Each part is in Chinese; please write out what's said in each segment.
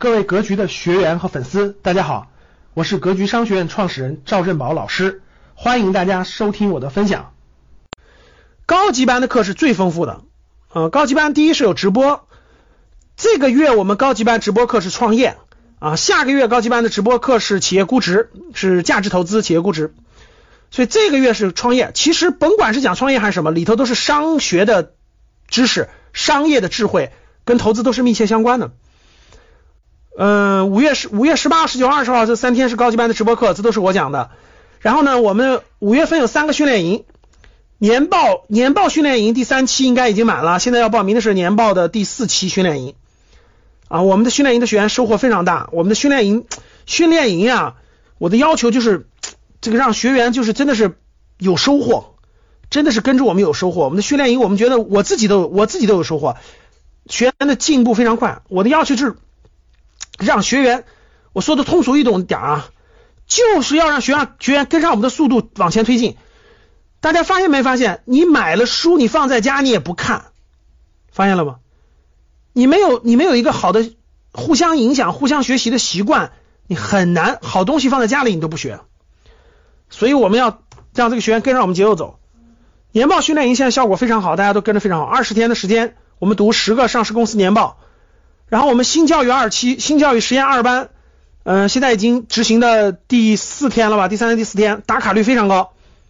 各位格局的学员和粉丝，大家好，我是格局商学院创始人赵振宝老师，欢迎大家收听我的分享。高级班的课是最丰富的，高级班第一是有直播，这个月我们高级班直播课是创业下个月高级班的直播课是企业估值，是价值投资企业估值，所以这个月是创业。其实甭管是讲创业还是什么，里头都是商学的知识，商业的智慧跟投资都是密切相关的。5月18、19、20号这3天是高级班的直播课，这都是我讲的。然后呢，我们5月份有3个训练营，年报训练营第3期应该已经满了，现在要报名的是年报的第4期训练营我们的训练营的学员收获非常大。我们的训练营我的要求就是这个让学员就是真的是有收获，真的是跟着我们有收获。我们的训练营我们觉得我自己都有收获，学员的进步非常快。我的要求就是让学员，我说的通俗易懂点就是要让学员跟上我们的速度往前推进。大家发现没发现，你买了书你放在家你也不看，发现了吗？你没有一个好的互相影响互相学习的习惯，你很难好东西放在家里你都不学。所以我们要让这个学员跟上我们节奏走。年报训练营现在效果非常好，大家都跟着非常好，20天的时间我们读10个上市公司年报。然后我们新教育2期，新教育实验2班现在已经执行的第4天了吧，第3天第4天，打卡率非常高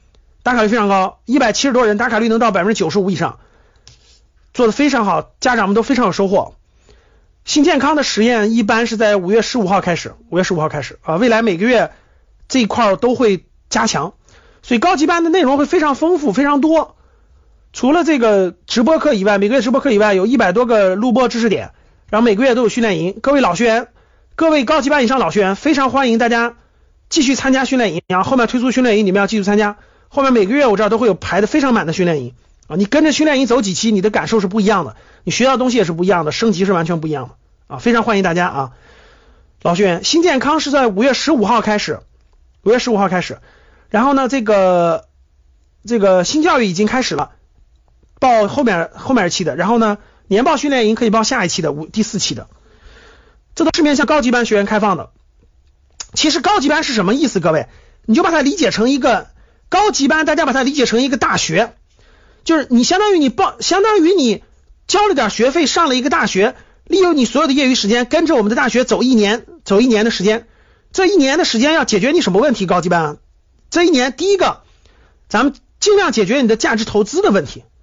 ，170多人，打卡率能到 95% 以上，做得非常好，家长们都非常有收获。新健康的实验一般是在5月15号开始未来每个月这一块都会加强，所以高级班的内容会非常丰富非常多。除了这个直播课以外，每个月直播课以外有100多个录播知识点，然后每个月都有训练营。各位老学员，各位高级班以上老学员，非常欢迎大家继续参加训练营后面推出训练营你们要继续参加，后面每个月我知道都会有排的非常满的训练营你跟着训练营走几期，你的感受是不一样的，你学到的东西也是不一样的，升级是完全不一样的非常欢迎大家老学员，新健康是在5月15号开始，然后呢这个新教育已经开始了，报后面期的，然后呢年报训练营可以报下一期的第4期的，这都是面向高级班学员开放的。其实高级班是什么意思？各位，你就把它理解成一个高级班，大家把它理解成一个大学，就是你相当于你交了点学费上了一个大学，利用你所有的业余时间跟着我们的大学走一年的时间。这一年的时间要解决你什么问题？高级班这一年，第一个咱们尽量解决你的价值投资的问题，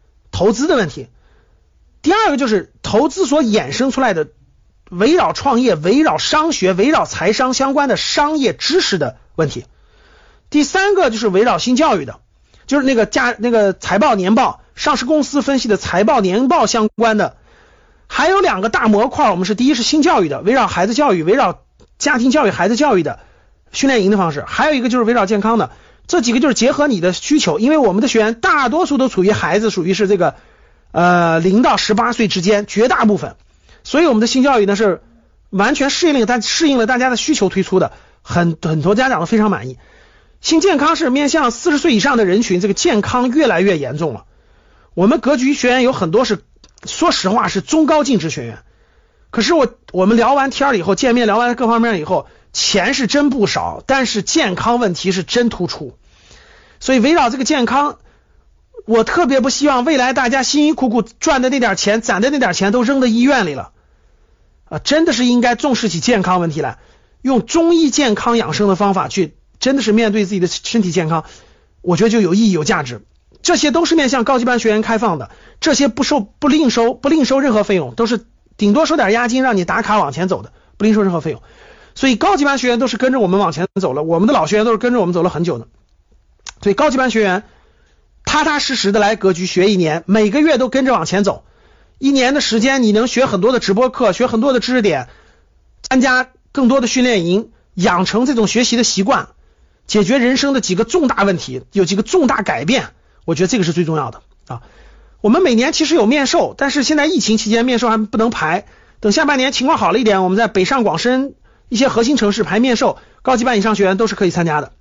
第二个就是投资所衍生出来的围绕创业、围绕商学、围绕财商相关的商业知识的问题。第三个就是围绕新教育的，就是那个财报年报、上市公司分析的财报年报相关的。还有2个大模块，我们是第一是新教育的，围绕孩子教育、围绕家庭教育、孩子教育的训练营的方式，还有一个就是围绕健康的。这几个就是结合你的需求，因为我们的学员大多数都处于孩子属于是这个0到18岁之间，绝大部分，所以我们的新教育呢是完全适应了大家的需求推出的，很多家长都非常满意。新健康是面向40岁以上的人群，这个健康越来越严重了。我们格局学员有很多是说实话是中高净值学员，可是我们聊完天以后，见面聊完各方面以后，钱是真不少，但是健康问题是真突出。所以围绕这个健康，我特别不希望未来大家辛辛苦苦赚的那点钱、攒的那点钱都扔到医院里了真的是应该重视起健康问题来，用中医健康养生的方法去真的是面对自己的身体健康，我觉得就有意义有价值。这些都是面向高级班学员开放的，这些不另收任何费用，都是顶多收点押金让你打卡往前走的，不另收任何费用。所以高级班学员都是跟着我们往前走了，我们的老学员都是跟着我们走了很久的。所以高级班学员踏踏实实的来格局学1年，每个月都跟着往前走，1年的时间你能学很多的直播课，学很多的知识点，参加更多的训练营，养成这种学习的习惯，解决人生的几个重大问题，有几个重大改变，我觉得这个是最重要的我们每年其实有面授，但是现在疫情期间面授还不能排，等下半年情况好了一点，我们在北上广深一些核心城市排面授，高级班以上学员都是可以参加的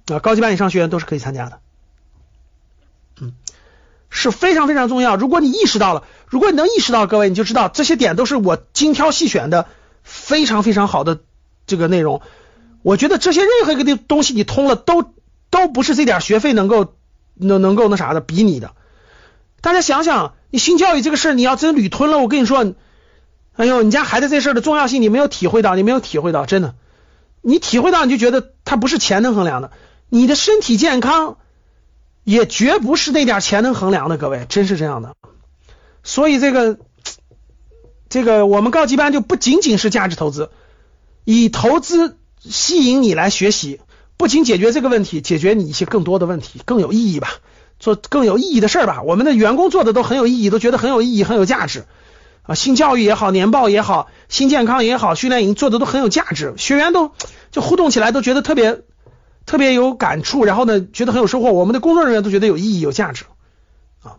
是非常非常重要。如果你能意识到，各位你就知道这些点都是我精挑细选的非常非常好的这个内容。我觉得这些任何一个东西你通了都不是这点学费能够那啥的比拟的。大家想想，你新教育这个事儿，你要真捋吞了，我跟你说，哎呦，你家孩子这事儿的重要性你没有体会到，真的，你体会到你就觉得它不是钱能衡量的，你的身体健康也绝不是那点钱能衡量的，各位，真是这样的。所以这个我们高级班就不仅仅是价值投资，以投资吸引你来学习，不仅解决这个问题，解决你一些更多的问题，更有意义吧，做更有意义的事儿吧。我们的员工做的都很有意义，都觉得很有意义，很有价值啊。新教育也好，年报也好，新健康也好，训练营做的都很有价值，学员都就互动起来都觉得特别有感触，然后呢觉得很有收获，我们的工作人员都觉得有意义有价值啊。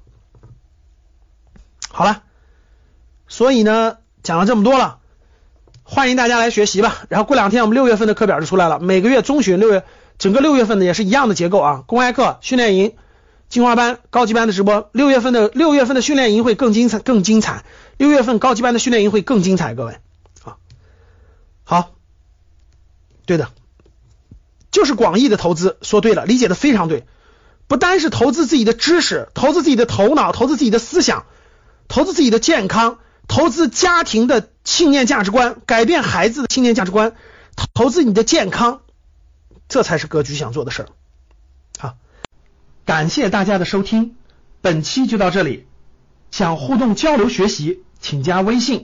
好了，所以呢讲了这么多了，欢迎大家来学习吧。然后过两天我们6月份的课表就出来了，每个月中旬整个6月份的也是一样的结构啊，公开课、训练营、进化班、高级班的直播。6月份的训练营会更精彩，6月份高级班的训练营会更精彩，各位啊。好，对的，就是广义的投资，说对了，理解的非常对。不单是投资自己的知识，投资自己的头脑，投资自己的思想，投资自己的健康，投资家庭的信念价值观，改变孩子的信念价值观，投资你的健康，这才是格局想做的事儿。好，感谢大家的收听，本期就到这里。想互动交流学习，请加微信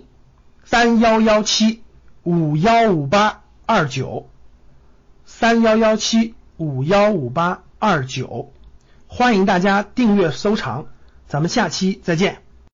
3117515829，3117515829，欢迎大家订阅收藏，咱们下期再见。